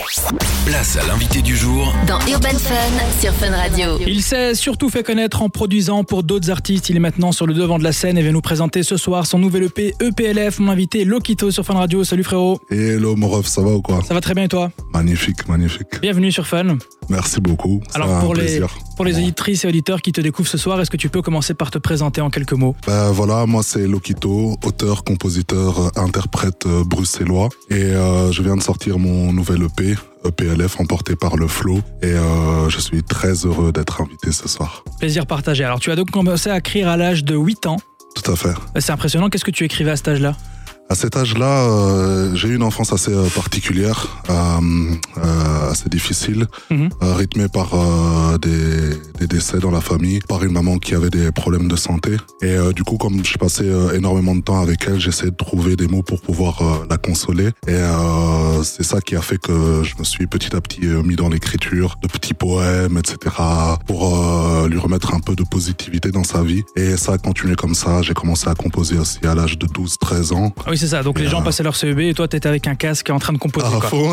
Place à l'invité du jour dans Urban Fun sur Fun Radio. Il s'est surtout fait connaître en produisant pour d'autres artistes. Il est maintenant sur le devant de la scène et vient nous présenter ce soir son nouvel EP EPLF. Mon invité Lokito sur Fun Radio. Salut frérot. Hello mon ref, ça va ou quoi? Ça va très bien et toi? Magnifique, magnifique. Bienvenue sur Fun. Merci beaucoup. Alors pour les auditrices et auditeurs qui te découvrent ce soir, est-ce que tu peux commencer par te présenter en quelques mots? Voilà, moi c'est Lokito, auteur, compositeur, interprète bruxellois. Et je viens de sortir mon nouvel EP, EPLF, emporté par le flow. Et je suis très heureux d'être invité ce soir. Plaisir partagé. Alors tu as donc commencé à écrire à l'âge de 8 ans. Tout à fait. C'est impressionnant. Qu'est-ce que tu écrivais à cet âge-là? À cet âge-là, j'ai eu une enfance assez particulière, assez difficile, rythmée par des décès dans la famille, par une maman qui avait des problèmes de santé. Et du coup, comme je passais énormément de temps avec elle, j'essayais de trouver des mots pour pouvoir la consoler. Et c'est ça qui a fait que je me suis petit à petit mis dans l'écriture de petits poèmes, etc., pour lui remettre un peu de positivité dans sa vie. Et ça a continué comme ça. J'ai commencé à composer aussi à l'âge de 12-13 ans. Ah oui, c'est ça. Donc les gens passaient leur CEB et toi, t'étais avec un casque en train de composer. À fond.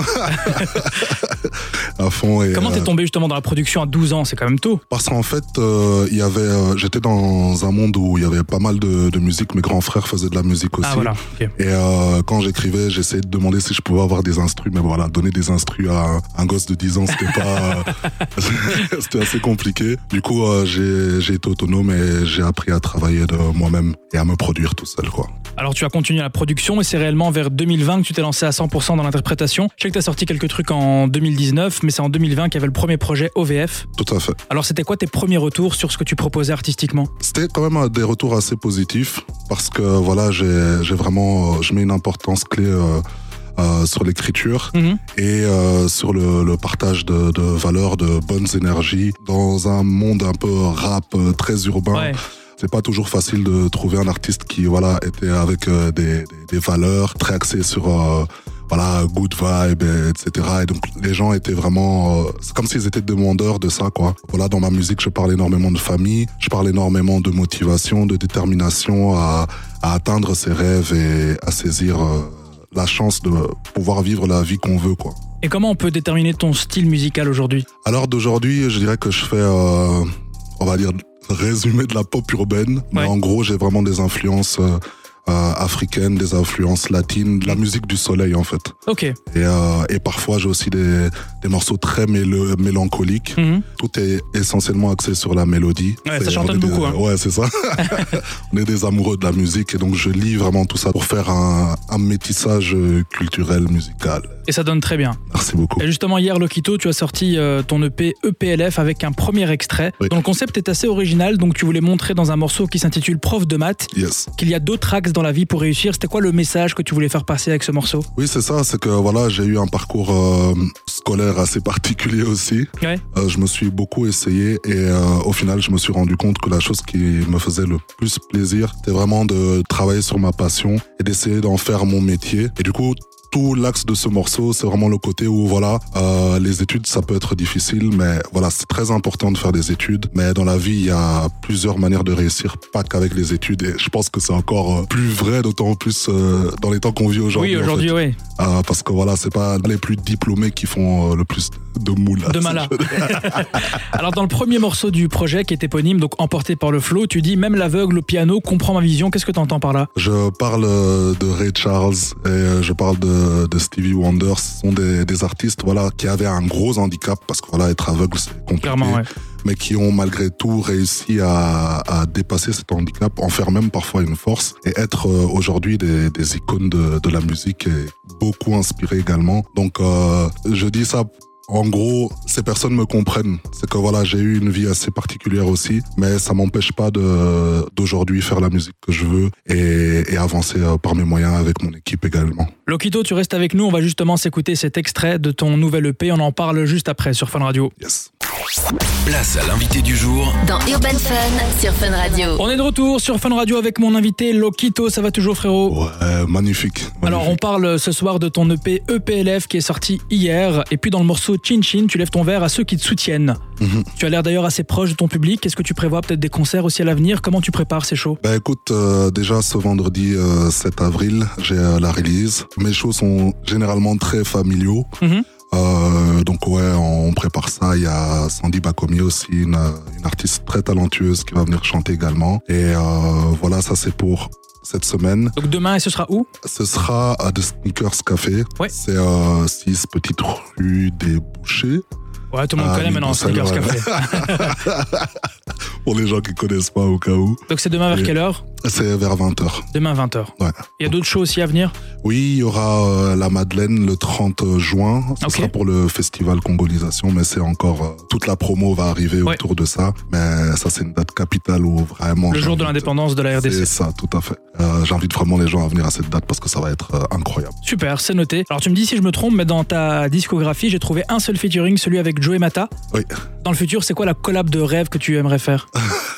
À fond. Et comment t'es tombé justement dans la production à 12 ans? C'est quand même tôt. Parce qu'en fait, j'étais dans un monde où il y avait pas mal de musique. Mes grands frères faisaient de la musique aussi. Ah voilà. Okay. Et quand j'écrivais, j'essayais de demander si je pouvais avoir des instrus. Mais voilà, donner des instrus à un gosse de 10 ans, c'était pas, c'était assez compliqué. Du coup, j'ai été autonome et j'ai appris à travailler de moi-même et à me produire tout seul, quoi. Alors tu as continué la production et c'est réellement vers 2020 que tu t'es lancé à 100% dans l'interprétation. Je sais que tu as sorti quelques trucs en 2019, mais c'est en 2020 qu'il y avait le premier projet OVF. Tout à fait. Alors c'était quoi tes premiers retours sur ce que tu proposais artistiquement? C'était quand même des retours assez positifs parce que voilà, je mets une importance clé sur l'écriture et sur le partage de valeurs, de bonnes énergies dans un monde un peu rap, très urbain. Ouais. C'est pas toujours facile de trouver un artiste qui était avec des valeurs très axées sur good vibe, etc. Et donc les gens étaient vraiment, c'est comme s'ils étaient demandeurs de ça, quoi. Voilà, dans ma musique, je parle énormément de famille, je parle énormément de motivation, de détermination à atteindre ses rêves et à saisir la chance de pouvoir vivre la vie qu'on veut, quoi. Et comment on peut déterminer ton style musical aujourd'hui? Alors d'aujourd'hui, je dirais que je fais, on va dire, résumé de la pop urbaine, mais en gros j'ai vraiment des influences africaines, des influences latines, de la musique du soleil en fait. Ok. Et parfois j'ai aussi des morceaux très mélancoliques. Tout est essentiellement axé sur la mélodie. Ouais, ça chantonne beaucoup. Ouais, c'est ça. On est des amoureux de la musique et donc je lis vraiment tout ça pour faire un métissage culturel, musical. Et ça donne très bien. Merci beaucoup. Et justement hier, Lokito, tu as sorti ton EP EPLF avec un premier extrait dont le concept est assez original. Donc tu voulais montrer dans un morceau qui s'intitule Prof de maths qu'il y a d'autres axes dans la vie pour réussir. C'était quoi le message que tu voulais faire passer avec ce morceau? Oui, c'est ça. C'est que voilà, j'ai eu un parcours scolaire assez particulier aussi. Ouais. Je me suis beaucoup essayé et au final, je me suis rendu compte que la chose qui me faisait le plus plaisir, c'était vraiment de travailler sur ma passion et d'essayer d'en faire mon métier. Et du coup, tout l'axe de ce morceau, c'est vraiment le côté où les études, ça peut être difficile, mais voilà, c'est très important de faire des études. Mais dans la vie, il y a plusieurs manières de réussir, pas qu'avec les études. Et je pense que c'est encore plus vrai, d'autant plus dans les temps qu'on vit aujourd'hui. Oui, aujourd'hui, oui. Parce que voilà, c'est pas les plus diplômés qui font le plus de moules. De malin. Alors dans le premier morceau du projet qui est éponyme, donc emporté par le flow, tu dis même l'aveugle au piano comprend ma vision. Qu'est-ce que tu entends par là? Je parle de Ray Charles et je parle de Stevie Wonder. Ce sont des artistes qui avaient un gros handicap parce que être aveugle c'est compliqué. Clairement, ouais. Mais qui ont malgré tout réussi à dépasser cet handicap, en faire même parfois une force et être aujourd'hui des icônes de la musique et beaucoup inspirés également. Donc je dis ça. En gros, ces personnes me comprennent. C'est que j'ai eu une vie assez particulière aussi, mais ça m'empêche pas d'aujourd'hui faire la musique que je veux et avancer par mes moyens avec mon équipe également. Lokito, tu restes avec nous, on va justement s'écouter cet extrait de ton nouvel EP, on en parle juste après sur Fun Radio. Yes. Place à l'invité du jour dans Urban Fun sur Fun Radio. On est de retour sur Fun Radio avec mon invité Lokito, ça va toujours frérot? Ouais, magnifique. Alors on parle ce soir de ton EP EPLF qui est sorti hier et puis dans le morceau Chin Chin, tu lèves ton verre à ceux qui te soutiennent. Tu as l'air d'ailleurs assez proche de ton public. Est-ce que tu prévois peut-être des concerts aussi à l'avenir? Comment tu prépares ces shows? Écoute, déjà ce vendredi 7 avril, j'ai la release. Mes shows sont généralement très familiaux. donc ouais, on prépare ça. Il y a Sandy Bakomi aussi, une artiste très talentueuse qui va venir chanter également. Et voilà, ça c'est pour cette semaine. Donc demain, et ce sera où? Ce sera à The Sneakers Café. Ouais. C'est 6 petites rues des Bouchers. Ouais, tout le monde connaît maintenant Sneakers Café. Pour les gens qui connaissent pas au cas où. Donc c'est demain vers quelle heure? C'est vers 20h. Demain 20h. Ouais. Il y a d'autres shows aussi à venir? Oui, il y aura la Madeleine le 30 juin. Ce sera pour le festival Congolisation, mais c'est encore... toute la promo va arriver autour de ça. Mais ça, c'est une date capitale où vraiment... Le jour de l'indépendance de la RDC. C'est ça, tout à fait. J'invite vraiment les gens à venir à cette date parce que ça va être incroyable. Super, c'est noté. Alors tu me dis si je me trompe, mais dans ta discographie, j'ai trouvé un seul featuring, celui avec Joey Mata. Oui. Dans le futur, c'est quoi la collab de rêve que tu aimerais faire?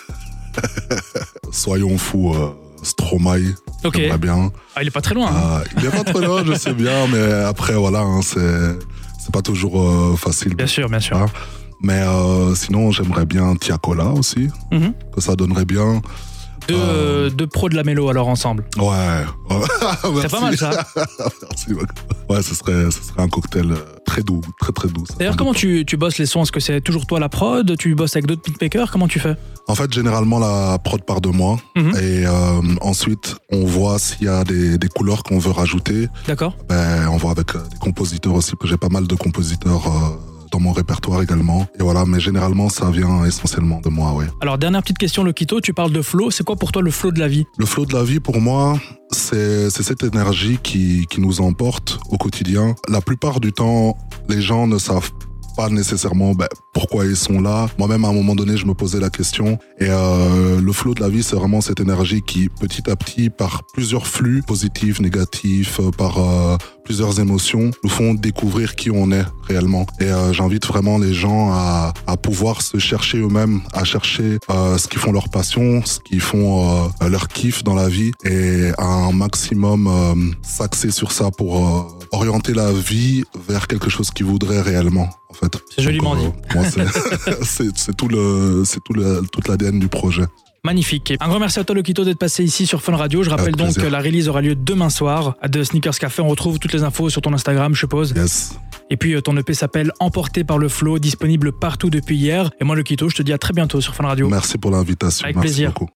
Soyons fous, Stromae. Ok. J'aimerais bien. Ah, il est pas très loin. Hein. Il est pas très loin, je sais bien, mais après voilà, hein, c'est pas toujours facile. Bien sûr, bien sûr. Hein. Mais sinon, j'aimerais bien Tiakola aussi, que ça donnerait bien. Deux pros de la mélo alors ensemble. Ouais. C'est pas mal ça. Merci. Ouais, ce serait un cocktail très doux, très doux. D'ailleurs, comment tu bosses les sons? Est-ce que c'est toujours toi la prod? Tu bosses avec d'autres beatmakers? Comment tu fais? En fait, généralement, la prod part de moi. Et ensuite, on voit s'il y a des couleurs qu'on veut rajouter. D'accord. On voit avec des compositeurs aussi, parce que j'ai pas mal de compositeurs dans mon répertoire également. Et voilà, mais généralement, ça vient essentiellement de moi, ouais. Alors, dernière petite question, Lokito, tu parles de flow. C'est quoi pour toi le flow de la vie? Le flow de la vie, pour moi, c'est cette énergie qui nous emporte au quotidien. La plupart du temps, les gens ne savent pas nécessairement pourquoi ils sont là. Moi-même, à un moment donné, je me posais la question. Et le flow de la vie, c'est vraiment cette énergie qui, petit à petit, par plusieurs flux, positifs, négatifs, par plusieurs émotions, nous font découvrir qui on est réellement. Et j'invite vraiment les gens à pouvoir se chercher eux-mêmes, à chercher ce qui font leur passion, ce qui font leur kiff dans la vie, et à un maximum s'axer sur ça pour orienter la vie vers quelque chose qu'ils voudraient réellement. En fait. C'est joliment dit. Moi, c'est toute l'ADN du projet. Magnifique. Un grand merci à toi, Lokito, d'être passé ici sur Fun Radio. Je rappelle donc que la release aura lieu demain soir à The Sneakers Café. On retrouve toutes les infos sur ton Instagram, je suppose. Yes. Et puis ton EP s'appelle Emporté par le flow, disponible partout depuis hier. Et moi, Lokito, je te dis à très bientôt sur Fun Radio. Merci pour l'invitation. Avec merci plaisir. Beaucoup.